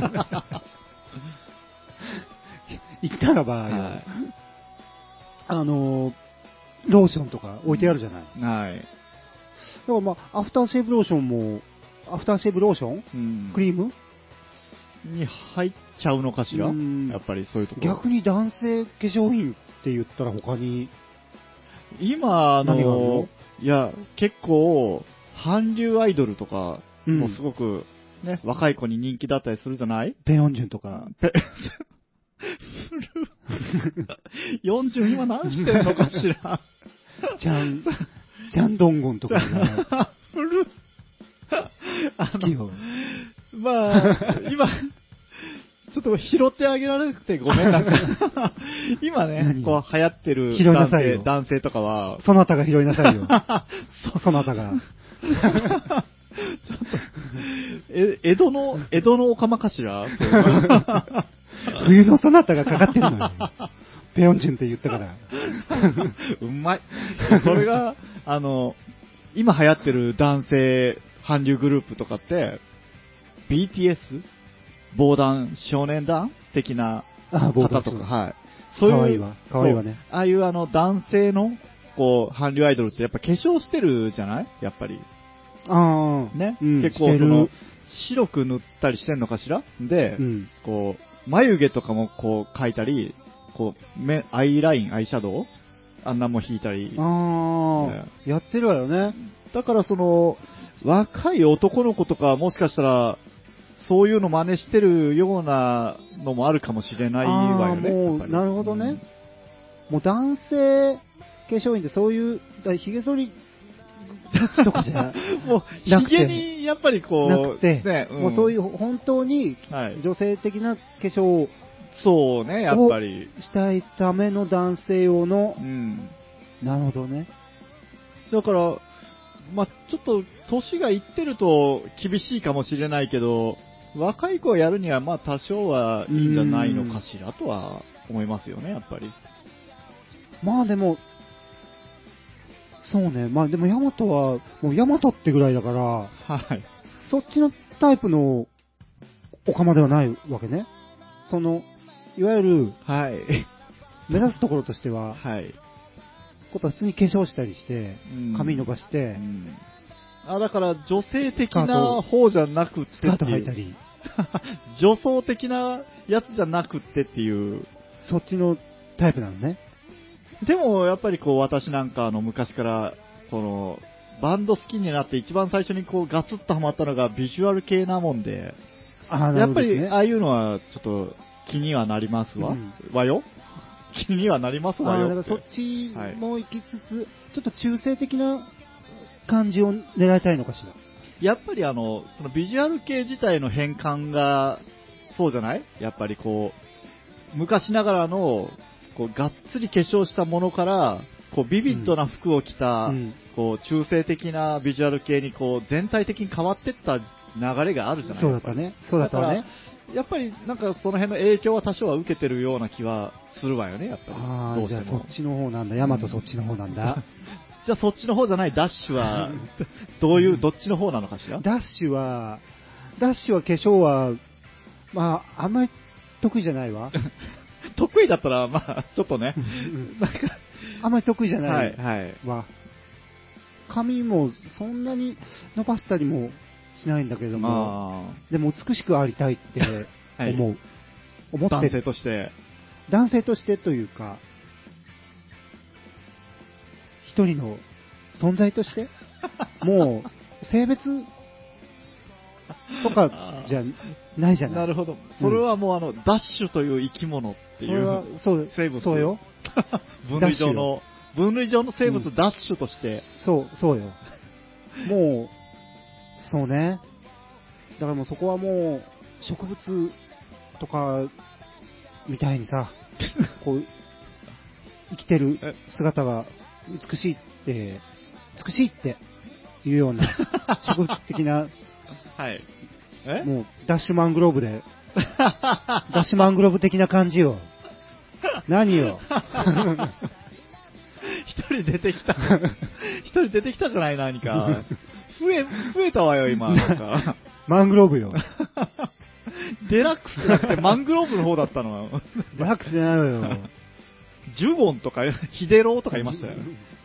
行ったらば、はい、あの、ローションとか置いてあるじゃない。 はい。 だからまあ、アフターシェーブローションも、アフターシェーブローション、うん、クリームに入っちゃうのかしら、うん、やっぱりそういうところ。 逆に男性化粧品って言ったら他に、 今、あの、いや、結構、韓流アイドルとか、もうすごく、ね、うん、若い子に人気だったりするじゃない？ ペヨンジュンとか。ペよんじゅう今何してるのかしら。 ちゃん、ちゃんどんごんとかね。 古好きよ。 まあ、今、ちょっと拾ってあげられなくてごめんなんか。今ね、こう流行ってる男性、男性とかは。 そなたが拾いなさいよ。そなたが。 ちょっと、え、江戸の、江戸のオカマかしら冬のそなたがかかってるのよ。ペヨンジュンって言ったから。 うまい。それが、あの、今流行ってる男性韓流グループとかって、ビーティーエス? 防弾少年団的な方とか、はい。 そういう。かわいいわ。かわいいわね。 ああいうあの男性の、こう、韓流アイドルってやっぱ化粧してるじゃないやっぱり。 ああ。 ね。うん、結構その、白く塗ったりしてんのかしらで、うん、こう、眉毛とかもこう描いたり、こう、目、アイライン、アイシャドウあんなも引いたり。 ああ、ね、やってるわよね。 だからその、若い男の子とかもしかしたら、そういうの真似してるようなのもあるかもしれないわよね。 もうなるほどね。うん、もう男性化粧品ってそういう、髭剃りとかじゃもう、髭にやっぱりこう、 なくて、 ね、うん、 もうそういう本当に女性的な化粧を、 そうね、やっぱり。 したいための男性用の、うん、なるほどね。 だから、まあ、ちょっと年がいってると厳しいかもしれないけど、若い子をやるにはまあ多少はいいんじゃないのかしらとは思いますよね、やっぱり。 まあでも、そうね、まあでもヤマトは、もうヤマトってぐらいだから、はい。そっちのタイプのオカマではないわけね。その、いわゆる、はい。目指すところとしては、はい。ことは普通に化粧したりして、髪伸ばして、うん、 あ、だから女性的な方じゃなくて、 スカート履いたり、 女装的なやつじゃなくてっていう、 そっちのタイプなのね。 でもやっぱりこう私なんかあの昔からこのバンド好きになって一番最初にこうガツッとハマったのがビジュアル系なもんで、あ、やっぱりああいうのはちょっと気にはなりますわ、うん、わよ。気にはなりますわよ。 だからそっちも行きつつ、はい、ちょっと中性的な感じを狙いたいのかしら。 やっぱりあの、そのビジュアル系自体の変換が、そうじゃない？やっぱりこう、昔ながらの、こう、がっつり化粧したものから、こう、ビビッドな服を着た、うん、こう、中性的なビジュアル系に、こう、全体的に変わっていった流れがあるじゃないですか。 そうだったね。そうだったね。 やっぱりなんかその辺の影響は多少は受けてるような気はするわよね、やっぱり。 ああ、じゃあそっちの方なんだ。ヤマトそっちの方なんだ。 じゃあそっちの方じゃないダッシュは、どういう、どっちの方なのかしら？ ダッシュは、ダッシュは化粧は、まあ、あんまり得意じゃないわ。 得意だったら、まあ、ちょっとね。 なんかあんまり得意じゃないわ。 はいはい、 髪もそんなに伸ばしたりもしないんだけれども、でも美しくありたいって思う。はい、思って男性として。 男性としてというか、一人の存在としてもう、性別とかじゃないじゃない。 なるほど。それはもうあの、うん、ダッシュという生き物っていう、 そう生物。 そうよ。 分類上の、分類上の生物、うん、ダッシュとして。 そう、そうよ。もう、そうね。だからもうそこはもう、植物とか、みたいにさ、こう、生きてる姿が美しいって、美しいっていうような、植物的な、 はい。 えもう、ダッシュマングローブで、ダッシュマングローブ的な感じよ。何よ。 一人出てきた。一人出てきたじゃない、何か。増え、増えたわよ、今。なんかマングローブよ。 デラックスじゃなくてマングローブの方だったのは。 デラックスじゃないわよ。 ジュゴンとか、ヒデローとかいましたよ。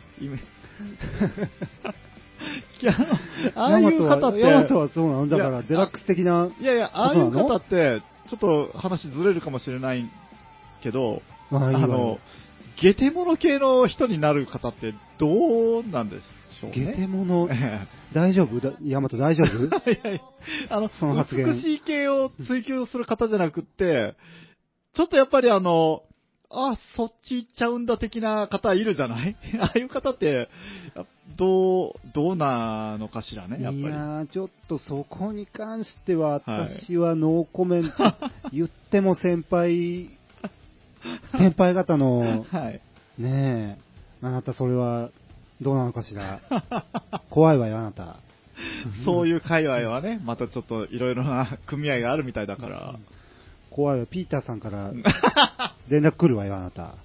ああいう方って。 ヤマトはそうなのだからデラックス的な。 いやいや、ああいう方って、ちょっと話ずれるかもしれないけど、あ, あの、ゲテモノ系の人になる方ってどうなんでしょうね。 ゲテモノ大丈夫ヤマト大丈夫いやいや、あの、 その発言美しい系を追求する方じゃなくって、ちょっとやっぱりあの、あ、そっち行っちゃうんだ的な方いるじゃないああいう方って、どう、どうなのかしらね、やっぱり。いやー、ちょっとそこに関しては、私はノーコメント、はい、言っても先輩、先輩方の、はい、ねえ、あなたそれは、どうなのかしら。怖いわよ、あなた。 そういう界隈はね、またちょっといろいろな組合があるみたいだから。 怖いわ、ピーターさんから連絡来るわよ、あなた。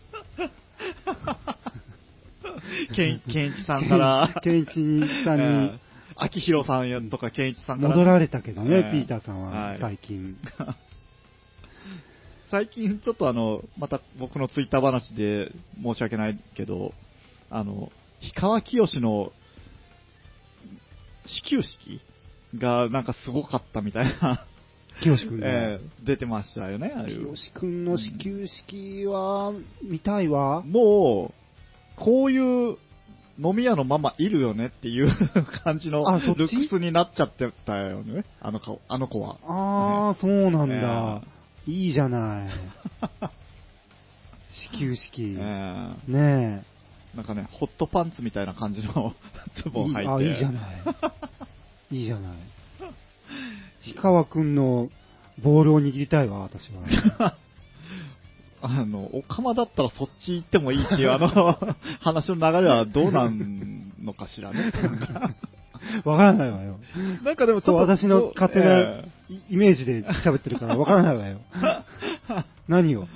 ケンイチさんから。 ケンイチさんに。 秋広さんとかケンイチさんから。 戻られたけどね、えー、ピーターさんは、最近。はい、 最近ちょっとあの、また僕のツイッター話で申し訳ないけど、あの、氷川きよしの始球式がなんかすごかったみたいな。 きよしくんね、 えー、出てましたよね。 きよしくんの始球式は見たいわ。 もう、こういう飲み屋のママいるよねっていう感じのルックスになっちゃってたよね。あの子、あの子は。 ああ、そうなんだ。えー、いいじゃない。始球式。えー、ねえ。なんかね、ホットパンツみたいな感じのズボン履いて。 あ、いいじゃない。いいじゃない。氷川くんのボールを握りたいわ、私は。 あの、オカマだったらそっち行ってもいいっていうあの話の流れはどうなんのかしらね。 わからないわよ。 なんかでもちょっと私の勝手なイメージで喋ってるからわからないわよ。何を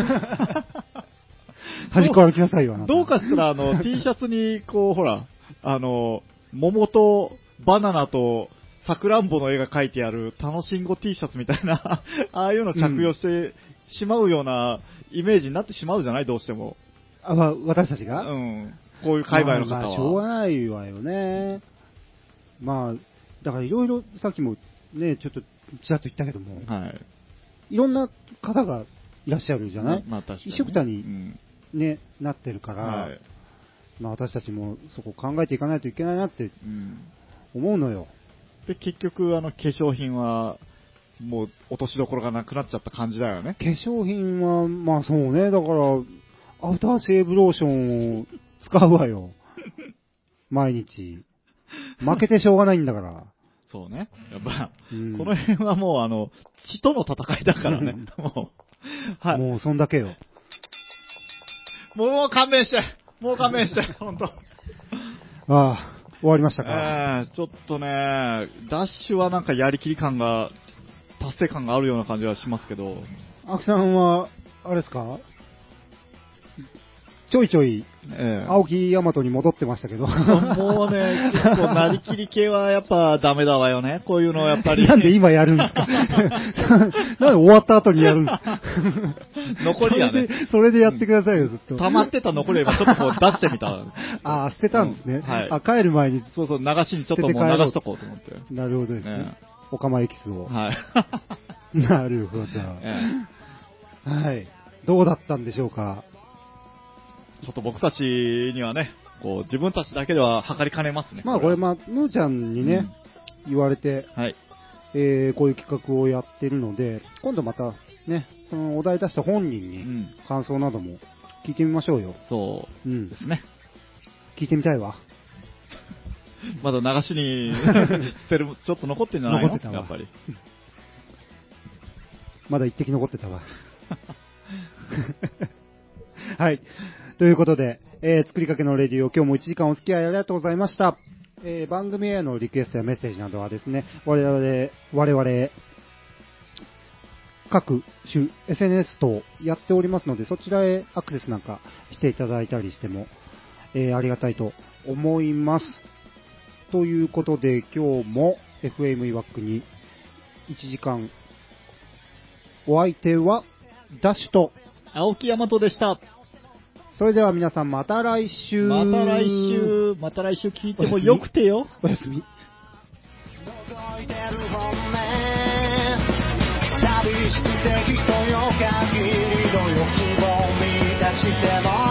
端っこ歩きなさいよ、あなた。 どうかしたらあの T シャツにこうほら、あの、桃とバナナとさくらんぼの絵が描いてある楽しんご T シャツみたいなああいうの着用してしまうようなイメージになってしまうじゃないどうしても。 あ、まあ、私たちがうん。こういう海外の方は。 まあ、まあ、しょうがないわよね。まあ、だからいろいろさっきもね、ちょっとちらっと言ったけども、はい。いろんな方がいらっしゃるじゃない、 まあ、確かに、ね。 一緒くたにね、うん、なってるから、はい、まあ私たちもそこを考えていかないといけないなって思うのよ。 で、結局、あの、化粧品は、もう、落としどころがなくなっちゃった感じだよね。 化粧品は、まあそうね、だから、アウターシェーブローションを使うわよ。毎日。負けてしょうがないんだから。 そうね。やっぱ、うん、この辺はもう、あの、血との戦いだからね。もう、はい。もう、そんだけよ。 もう勘弁して。もう勘弁して。ほんと。 ああ。終わりましたか、 えー、ちょっとね、ダッシュはなんかやりきり感が、達成感があるような感じはしますけど。 アキさんは、あれですかちょいちょい、 ええ、 青木大和に戻ってましたけど。 もうね、結構なりきり系はやっぱダメだわよね。こういうのやっぱり。 なんで今やるんですかなんで終わった後にやるんですか残りはねそれで。それでやってくださいよ、ずっと。 溜まってた残りはちょっとこう出してみた。 ああ、捨てたんですね。 うん、はい。 あ、帰る前に。 そうそう、流しにちょっともう流しとこうと思って。 なるほどですね。 ね、 オカマエキスを。 はい。 なるほど。ええ、はい。どうだったんでしょうか。 ちょっと僕たちにはね、こう自分たちだけでは測りかねますね。 まあこれ、まあ、ムーちゃんにね、うん、言われて、 はい、 えー、こういう企画をやってるので、今度またね、そのお題出した本人に感想なども聞いてみましょうよ。 そうですね。 うん、聞いてみたいわ。 まだ流しに捨てる、ちょっと残ってんじゃないの？ 残ってたわ。 やっぱり。 まだ一滴残ってたわ。はい。ということで、えー、作りかけのレディオ、今日もいちじかんお付き合いありがとうございました。えー、番組へのリクエストやメッセージなどはですね、我々、我々、各種 エスエヌエス 等やっておりますので、そちらへアクセスなんかしていただいたりしても、えー、ありがたいと思います。ということで、今日も エフエム いわくにいちじかん、お相手はダッシュと青木大和でした。 それでは皆さんまた来週。 また来週、また来週聞いてもよくてよ。 おやすみ。寂しくて人よ限りの欲望を満たしても